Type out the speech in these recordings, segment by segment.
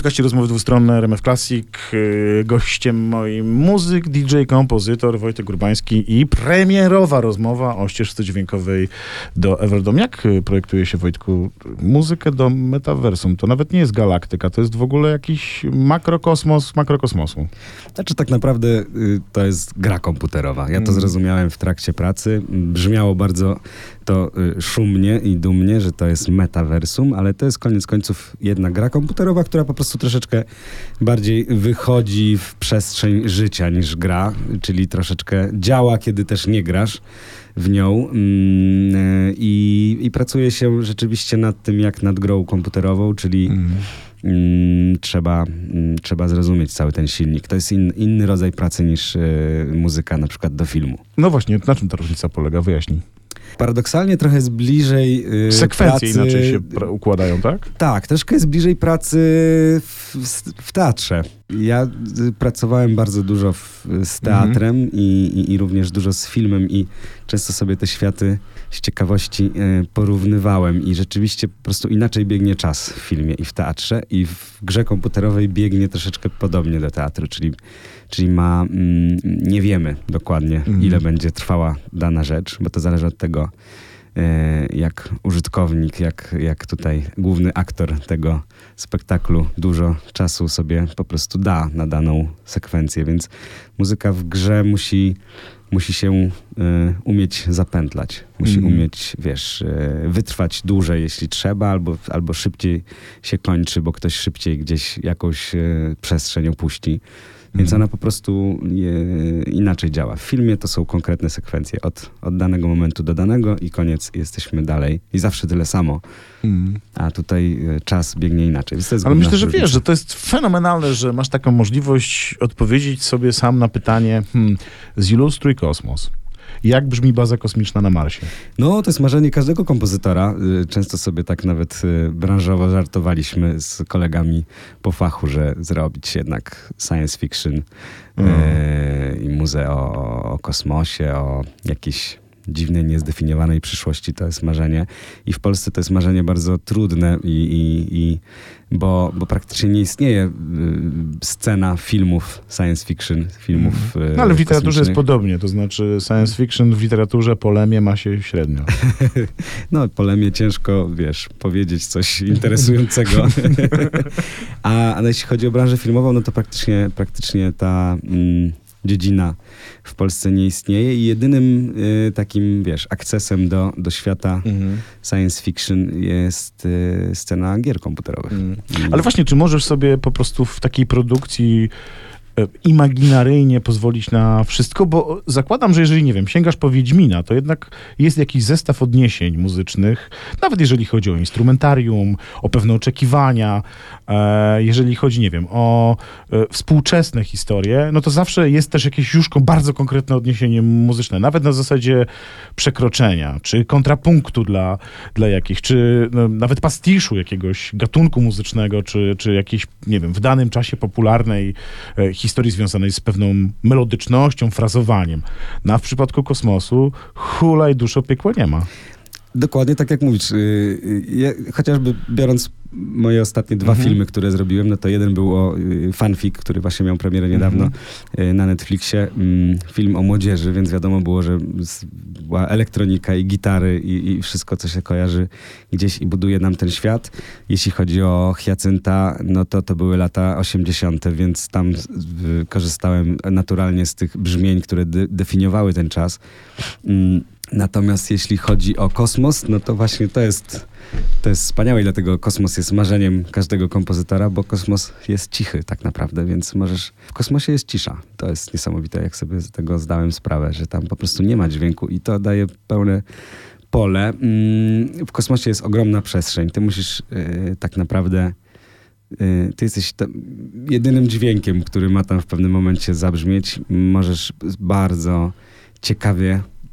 podcaście Rozmowy Dwustronne RMF Classic. Gościem moim muzyk, DJ, kompozytor Wojtek Urbański i premierowa rozmowa o ścieżce dźwiękowej do Everdome. Jak projektuje się, Wojtku, muzykę do metaversum? To nawet nie jest galaktyka, to jest w ogóle jakiś makrokosmos makrokosmosu. Znaczy tak naprawdę to jest gra komputerowa. Ja to zrozumiałem w trakcie pracy. Brzmiało bardzo to szumnie i dumnie, że to jest metaversum, ale to jest koniec końców jedna gra komputerowa, która po prostu troszeczkę bardziej wychodzi w przestrzeń życia niż gra, czyli troszeczkę działa, kiedy też nie grasz w nią i pracuje się rzeczywiście nad tym, jak nad grą komputerową, czyli trzeba zrozumieć cały ten silnik. To jest inny rodzaj pracy niż muzyka na przykład do filmu. No właśnie, na czym ta różnica polega? Wyjaśnij. Paradoksalnie trochę jest bliżej sekwencje pracy... inaczej się układają, tak? Tak, troszkę jest bliżej pracy w teatrze. Ja pracowałem bardzo dużo z teatrem i również dużo z filmem i często sobie te światy z ciekawości porównywałem i rzeczywiście po prostu inaczej biegnie czas w filmie i w teatrze i w grze komputerowej biegnie troszeczkę podobnie do teatru, czyli nie wiemy dokładnie, ile będzie trwała dana rzecz, bo to zależy od tego, jak użytkownik, jak tutaj główny aktor tego spektaklu dużo czasu sobie po prostu da na daną sekwencję, więc muzyka w grze musi się umieć zapętlać. Musi umieć, wytrwać dłużej, jeśli trzeba, albo szybciej się kończy, bo ktoś szybciej gdzieś jakąś przestrzeń opuści. Więc ona po prostu inaczej działa. W filmie to są konkretne sekwencje. Od danego momentu do danego i koniec, jesteśmy dalej. I zawsze tyle samo. A tutaj czas biegnie inaczej. Ale myślę, że wiesz, że to jest fenomenalne, że masz taką możliwość odpowiedzieć sobie sam na pytanie zilustruj kosmos. Jak brzmi baza kosmiczna na Marsie? No, to jest marzenie każdego kompozytora. Często sobie tak nawet branżowo żartowaliśmy z kolegami po fachu, że zrobić jednak science fiction i muzeum o kosmosie, o jakiejś dziwnej, niezdefiniowanej przyszłości. To jest marzenie. I w Polsce to jest marzenie bardzo trudne, bo praktycznie nie istnieje scena filmów science fiction, filmów no, ale w literaturze jest podobnie. To znaczy science fiction w literaturze polemie ma się średnio. No, polemie ciężko, powiedzieć coś interesującego. A jeśli chodzi o branżę filmową, no to praktycznie ta... dziedzina w Polsce nie istnieje i jedynym takim, akcesem do świata science fiction jest scena gier komputerowych. Ale właśnie, czy możesz sobie po prostu w takiej produkcji imaginaryjnie pozwolić na wszystko, bo zakładam, że jeżeli, nie wiem, sięgasz po Wiedźmina, to jednak jest jakiś zestaw odniesień muzycznych, nawet jeżeli chodzi o instrumentarium, o pewne oczekiwania, jeżeli chodzi, nie wiem, o współczesne historie, no to zawsze jest też jakieś już bardzo konkretne odniesienie muzyczne, nawet na zasadzie przekroczenia, czy kontrapunktu dla jakichś, czy nawet pastiszu jakiegoś gatunku muzycznego, czy jakiejś, nie wiem, w danym czasie popularnej historii związanej z pewną melodycznością, frazowaniem. No a w przypadku kosmosu hulaj duszo, piekła nie ma. Dokładnie tak jak mówisz. Chociażby biorąc moje ostatnie dwa filmy, które zrobiłem, no to jeden był o Fanfic, który właśnie miał premierę niedawno na Netflixie. Film o młodzieży, więc wiadomo było, że była elektronika i gitary i wszystko, co się kojarzy gdzieś i buduje nam ten świat. Jeśli chodzi o Hiacynta, no to były lata 80., więc tam korzystałem naturalnie z tych brzmień, które definiowały ten czas. Natomiast jeśli chodzi o kosmos, no to właśnie to jest wspaniałe i dlatego kosmos jest marzeniem każdego kompozytora, bo kosmos jest cichy tak naprawdę, więc w kosmosie jest cisza. To jest niesamowite, jak sobie z tego zdałem sprawę, że tam po prostu nie ma dźwięku i to daje pełne pole. W kosmosie jest ogromna przestrzeń. Ty musisz tak naprawdę... Ty jesteś jedynym dźwiękiem, który ma tam w pewnym momencie zabrzmieć. Możesz bardzo ciekawie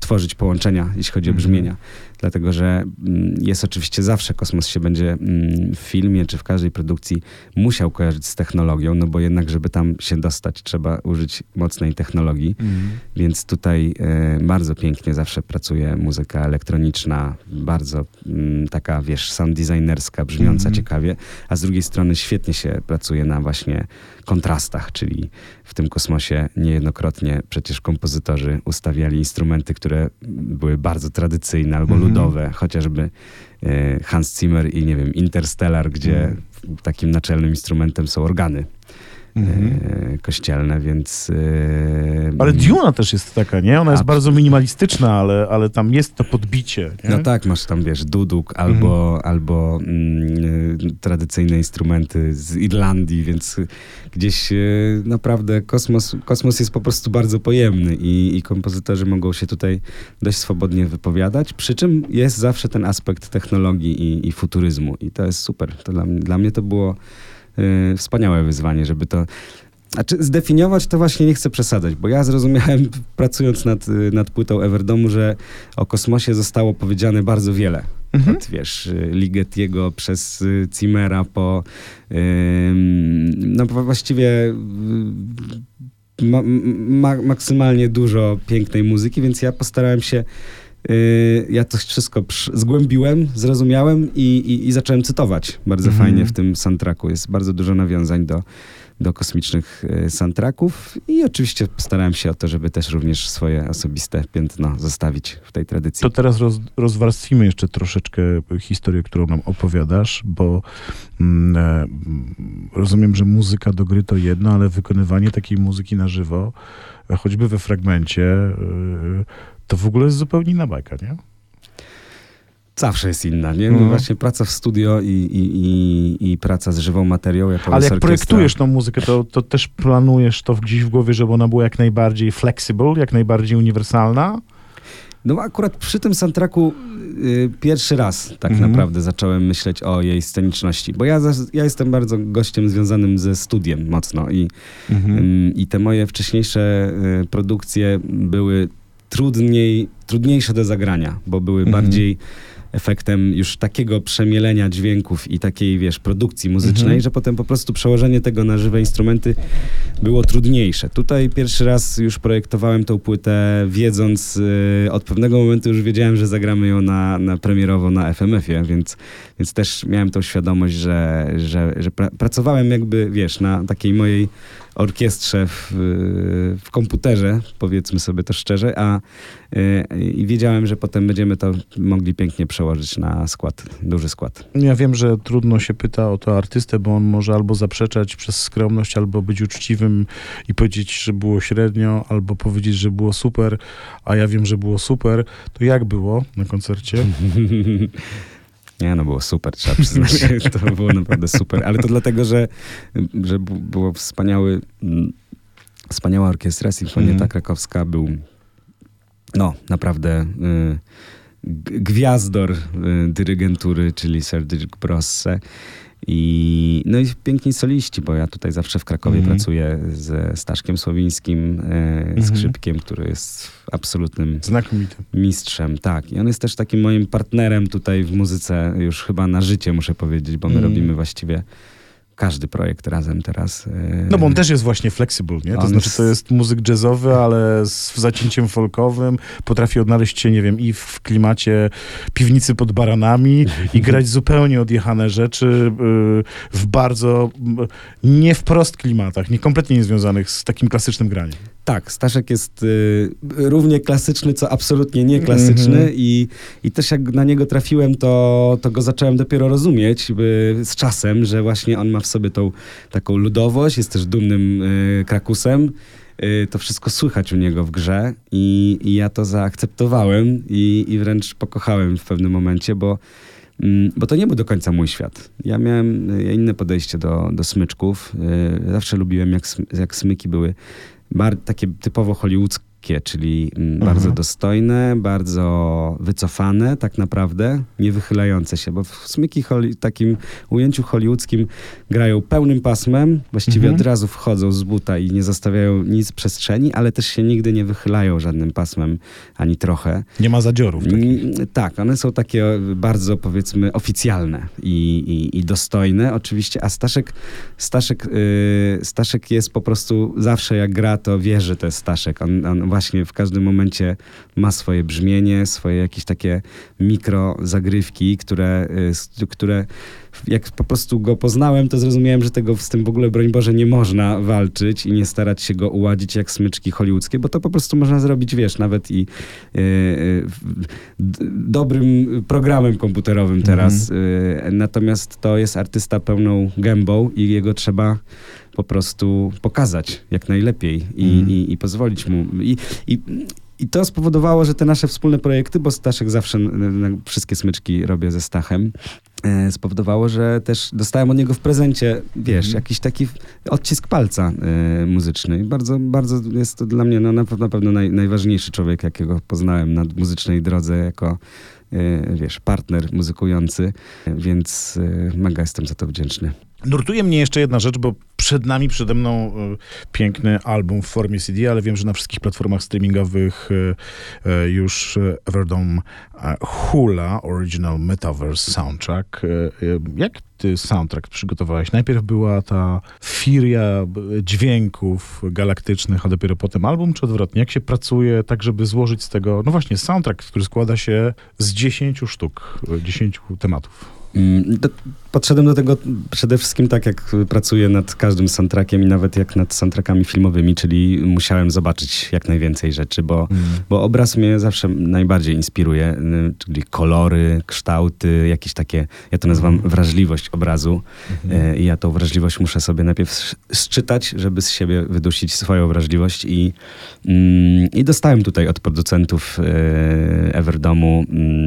tworzyć połączenia, jeśli chodzi o brzmienia. Dlatego, że jest oczywiście zawsze, kosmos się będzie w filmie czy w każdej produkcji musiał kojarzyć z technologią, no bo jednak, żeby tam się dostać, trzeba użyć mocnej technologii. Więc tutaj bardzo pięknie zawsze pracuje muzyka elektroniczna, bardzo taka, sound designerska, brzmiąca ciekawie, a z drugiej strony świetnie się pracuje na właśnie kontrastach, czyli w tym kosmosie niejednokrotnie przecież kompozytorzy ustawiali instrumenty, które były bardzo tradycyjne albo ludowe, chociażby Hans Zimmer i nie wiem, Interstellar, gdzie takim naczelnym instrumentem są organy kościelne, więc... Ale Duna też jest taka, nie? Ona jest bardzo minimalistyczna, ale tam jest to podbicie, nie? No tak, masz tam, duduk albo tradycyjne instrumenty z Irlandii, więc gdzieś naprawdę kosmos jest po prostu bardzo pojemny i kompozytorzy mogą się tutaj dość swobodnie wypowiadać, przy czym jest zawsze ten aspekt technologii i futuryzmu i to jest super. To dla mnie to było wspaniałe wyzwanie, żeby to... Znaczy zdefiniować to właśnie nie chcę przesadzać, bo ja zrozumiałem, pracując nad płytą Everdomu, że o kosmosie zostało powiedziane bardzo wiele. Od, Ligetiego przez Zimmera po właściwie maksymalnie dużo pięknej muzyki, więc ja postarałem się ja to wszystko zgłębiłem, zrozumiałem i zacząłem cytować bardzo fajnie w tym soundtracku. Jest bardzo dużo nawiązań do kosmicznych soundtracków i oczywiście starałem się o to, żeby też również swoje osobiste piętno zostawić w tej tradycji. To teraz rozwarstwimy jeszcze troszeczkę historię, którą nam opowiadasz, bo rozumiem, że muzyka do gry to jedno, ale wykonywanie takiej muzyki na żywo, choćby we fragmencie, to w ogóle jest zupełnie inna bajka, nie? Zawsze jest inna, nie? No właśnie praca w studio i praca z żywą materią. Ale jak projektujesz tą muzykę, to też planujesz to gdzieś w głowie, żeby ona była jak najbardziej flexible, jak najbardziej uniwersalna? No akurat przy tym soundtracku pierwszy raz tak naprawdę zacząłem myśleć o jej sceniczności, bo ja jestem bardzo gościem związanym ze studiem mocno i te moje wcześniejsze produkcje były trudniejsze do zagrania, bo były bardziej efektem już takiego przemielenia dźwięków i takiej, produkcji muzycznej, że potem po prostu przełożenie tego na żywe instrumenty było trudniejsze. Tutaj pierwszy raz już projektowałem tą płytę, wiedząc, od pewnego momentu już wiedziałem, że zagramy ją na premierowo na FMF-ie, więc też miałem tą świadomość, że pracowałem na takiej mojej orkiestrze w komputerze, powiedzmy sobie to szczerze, i wiedziałem, że potem będziemy to mogli pięknie przełożyć na duży skład. Ja wiem, że trudno się pyta o to artystę, bo on może albo zaprzeczać przez skromność, albo być uczciwym i powiedzieć, że było średnio, albo powiedzieć, że było super, a ja wiem, że było super. To jak było na koncercie? Nie, było super, trzeba przyznać. To było naprawdę super. Ale to dlatego, że było wspaniała orkiestra. Sinfonietta Krakowska był naprawdę gwiazdor dyrygentury, czyli Serdyk Brosse. I piękni soliści, bo ja tutaj zawsze w Krakowie pracuję ze Staszkiem Słowińskim, skrzypkiem, który jest absolutnym znakomitym mistrzem. Tak, i on jest też takim moim partnerem tutaj w muzyce, już chyba na życie muszę powiedzieć, bo my robimy właściwie każdy projekt razem teraz. No bo on też jest właśnie flexible, nie? To znaczy to jest muzyk jazzowy, ale z zacięciem folkowym. Potrafi odnaleźć się, nie wiem, i w klimacie piwnicy pod baranami i grać zupełnie odjechane rzeczy w bardzo nie wprost klimatach, kompletnie niezwiązanych z takim klasycznym graniem. Tak, Staszek jest równie klasyczny, co absolutnie nieklasyczny i też jak na niego trafiłem, to go zacząłem dopiero rozumieć z czasem, że właśnie on ma w sobie tą taką ludowość, jest też dumnym krakusem. To wszystko słychać u niego w grze i ja to zaakceptowałem i wręcz pokochałem w pewnym momencie, bo to nie był do końca mój świat. Ja miałem inne podejście do smyczków. Zawsze lubiłem, jak smyki były takie typowo lekkie, czyli bardzo dostojne, bardzo wycofane tak naprawdę, nie wychylające się, bo smyki w takim ujęciu hollywoodzkim grają pełnym pasmem, właściwie od razu wchodzą z buta i nie zostawiają nic przestrzeni, ale też się nigdy nie wychylają żadnym pasmem, ani trochę. Nie ma zadziorów takich. Tak, one są takie bardzo, powiedzmy, oficjalne i dostojne oczywiście, a Staszek jest po prostu zawsze jak gra, to wie, że to jest Staszek. On właśnie w każdym momencie ma swoje brzmienie, swoje jakieś takie mikro zagrywki, które jak po prostu go poznałem, to zrozumiałem, że z tym w ogóle, broń Boże, nie można walczyć i nie starać się go uładzić jak smyczki hollywoodzkie, bo to po prostu można zrobić, wiesz, nawet i dobrym programem komputerowym teraz. Natomiast to jest artysta pełną gębą i jego trzeba po prostu pokazać jak najlepiej i pozwolić mu. I to spowodowało, że te nasze wspólne projekty, bo Staszek zawsze wszystkie smyczki robię ze Stachem, spowodowało, że też dostałem od niego w prezencie, wiesz, jakiś taki odcisk palca muzyczny. I bardzo, bardzo jest to dla mnie na pewno najważniejszy człowiek, jakiego poznałem na muzycznej drodze jako wiesz, partner muzykujący, więc mega jestem za to wdzięczny. Nurtuje mnie jeszcze jedna rzecz, bo przede mną piękny album w formie CD, ale wiem, że na wszystkich platformach streamingowych już Everdome hula Original Metaverse Soundtrack. Jak ty soundtrack przygotowałeś? Najpierw była ta firia dźwięków galaktycznych, a dopiero potem album, czy odwrotnie? Jak się pracuje tak, żeby złożyć z tego, no właśnie, soundtrack, który składa się z 10 sztuk, 10 tematów? Podszedłem do tego przede wszystkim tak, jak pracuję nad każdym soundtrackiem i nawet jak nad soundtrackami filmowymi, czyli musiałem zobaczyć jak najwięcej rzeczy, bo obraz mnie zawsze najbardziej inspiruje, czyli kolory, kształty, jakieś takie, ja to nazywam wrażliwość obrazu i ja tą wrażliwość muszę sobie najpierw sczytać, żeby z siebie wydusić swoją wrażliwość i dostałem tutaj od producentów Everdomu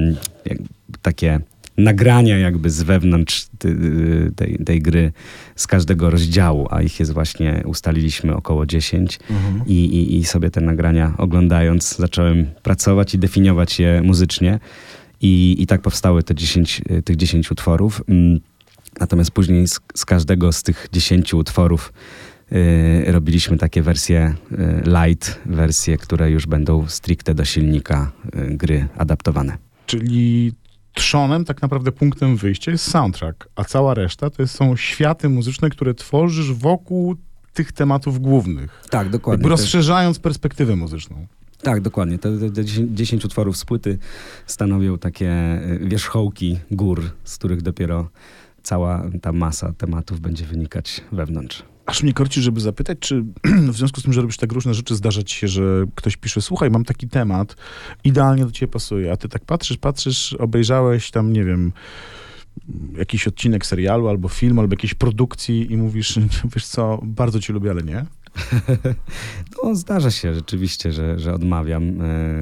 takie nagrania jakby z wewnątrz tej gry z każdego rozdziału, a ich jest właśnie, ustaliliśmy około 10 i sobie te nagrania oglądając zacząłem pracować i definiować je muzycznie i tak powstały tych 10 utworów. Natomiast później z każdego z tych 10 utworów robiliśmy takie wersje light, wersje, które już będą stricte do silnika gry adaptowane. Czyli trzonem, tak naprawdę punktem wyjścia jest soundtrack, a cała reszta to są światy muzyczne, które tworzysz wokół tych tematów głównych. Tak, dokładnie. Jakby rozszerzając perspektywę muzyczną. Tak, dokładnie. Te 10 utworów z płyty stanowią takie wierzchołki gór, z których dopiero cała ta masa tematów będzie wynikać wewnątrz. Aż mnie korci, żeby zapytać, czy w związku z tym, że robisz tak różne rzeczy, zdarza ci się, że ktoś pisze, słuchaj, mam taki temat, idealnie do ciebie pasuje, a ty tak patrzysz, obejrzałeś tam, nie wiem, jakiś odcinek serialu, albo film, albo jakiejś produkcji i mówisz, wiesz co, bardzo cię lubię, ale nie? No, zdarza się rzeczywiście, że odmawiam.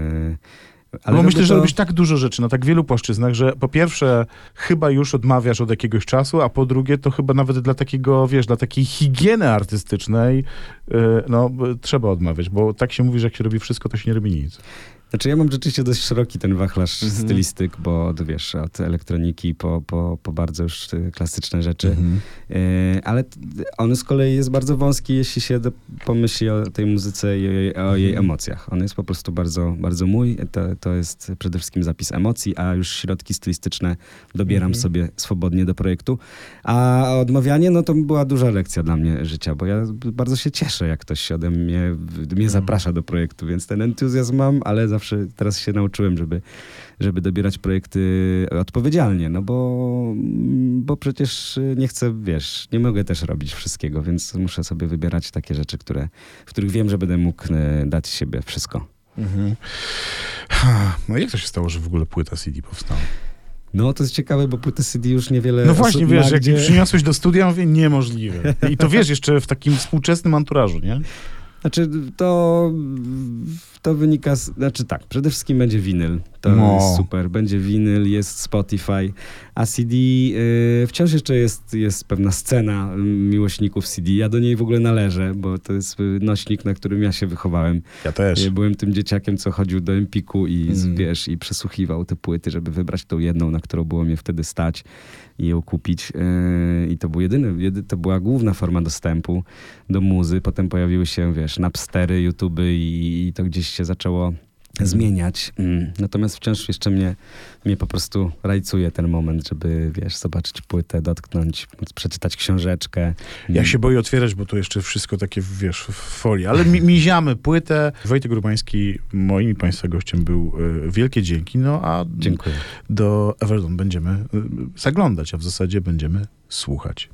Ale bo myślę, że robisz tak dużo rzeczy na tak wielu płaszczyznach, że po pierwsze chyba już odmawiasz od jakiegoś czasu, a po drugie to chyba nawet dla takiego, wiesz, dla takiej higieny artystycznej trzeba odmawiać, bo tak się mówi, że jak się robi wszystko, to się nie robi nic. Znaczy ja mam rzeczywiście dość szeroki ten wachlarz stylistyk, bo wiesz, od elektroniki po bardzo już klasyczne rzeczy. Ale on z kolei jest bardzo wąski, jeśli się pomyśli o tej muzyce i o jej emocjach. On jest po prostu bardzo, bardzo mój. To jest przede wszystkim zapis emocji, a już środki stylistyczne dobieram sobie swobodnie do projektu. A odmawianie, no to była duża lekcja dla mnie życia, bo ja bardzo się cieszę, jak ktoś ode mnie zaprasza do projektu, więc ten entuzjazm mam, ale zawsze teraz się nauczyłem, żeby dobierać projekty odpowiedzialnie, no bo przecież nie chcę, wiesz, nie mogę też robić wszystkiego, więc muszę sobie wybierać takie rzeczy, w których wiem, że będę mógł dać siebie wszystko. No jak to się stało, że w ogóle płyta CD powstała? No to jest ciekawe, bo płyty CD już niewiele No właśnie, osób wiesz, ma, jak przyniosłeś do studia, mówię, niemożliwe. I to wiesz, jeszcze w takim współczesnym anturażu, nie? Znaczy, to wynika znaczy tak, przede wszystkim będzie winyl. To No. jest super. Będzie winyl, jest Spotify, a CD wciąż jeszcze jest pewna scena miłośników CD. Ja do niej w ogóle należę, bo to jest nośnik, na którym ja się wychowałem. Ja też. Ja byłem tym dzieciakiem, co chodził do Empiku i wiesz, i przesłuchiwał te płyty, żeby wybrać tą jedną, na którą było mnie wtedy stać i ją kupić. I to był to była główna forma dostępu do muzy. Potem pojawiły się, wiesz, Napstery, YouTube'y i to gdzieś się zaczęło zmieniać. Natomiast wciąż jeszcze mnie po prostu rajcuje ten moment, żeby, wiesz, zobaczyć płytę, dotknąć, przeczytać książeczkę. Ja się boję otwierać, bo to jeszcze wszystko takie, wiesz, w folii. Ale miziamy płytę. Wojtek Urbański moim i państwa gościem był. Wielkie dzięki. No a Dziękuję. do Everdawn będziemy zaglądać, a w zasadzie będziemy słuchać.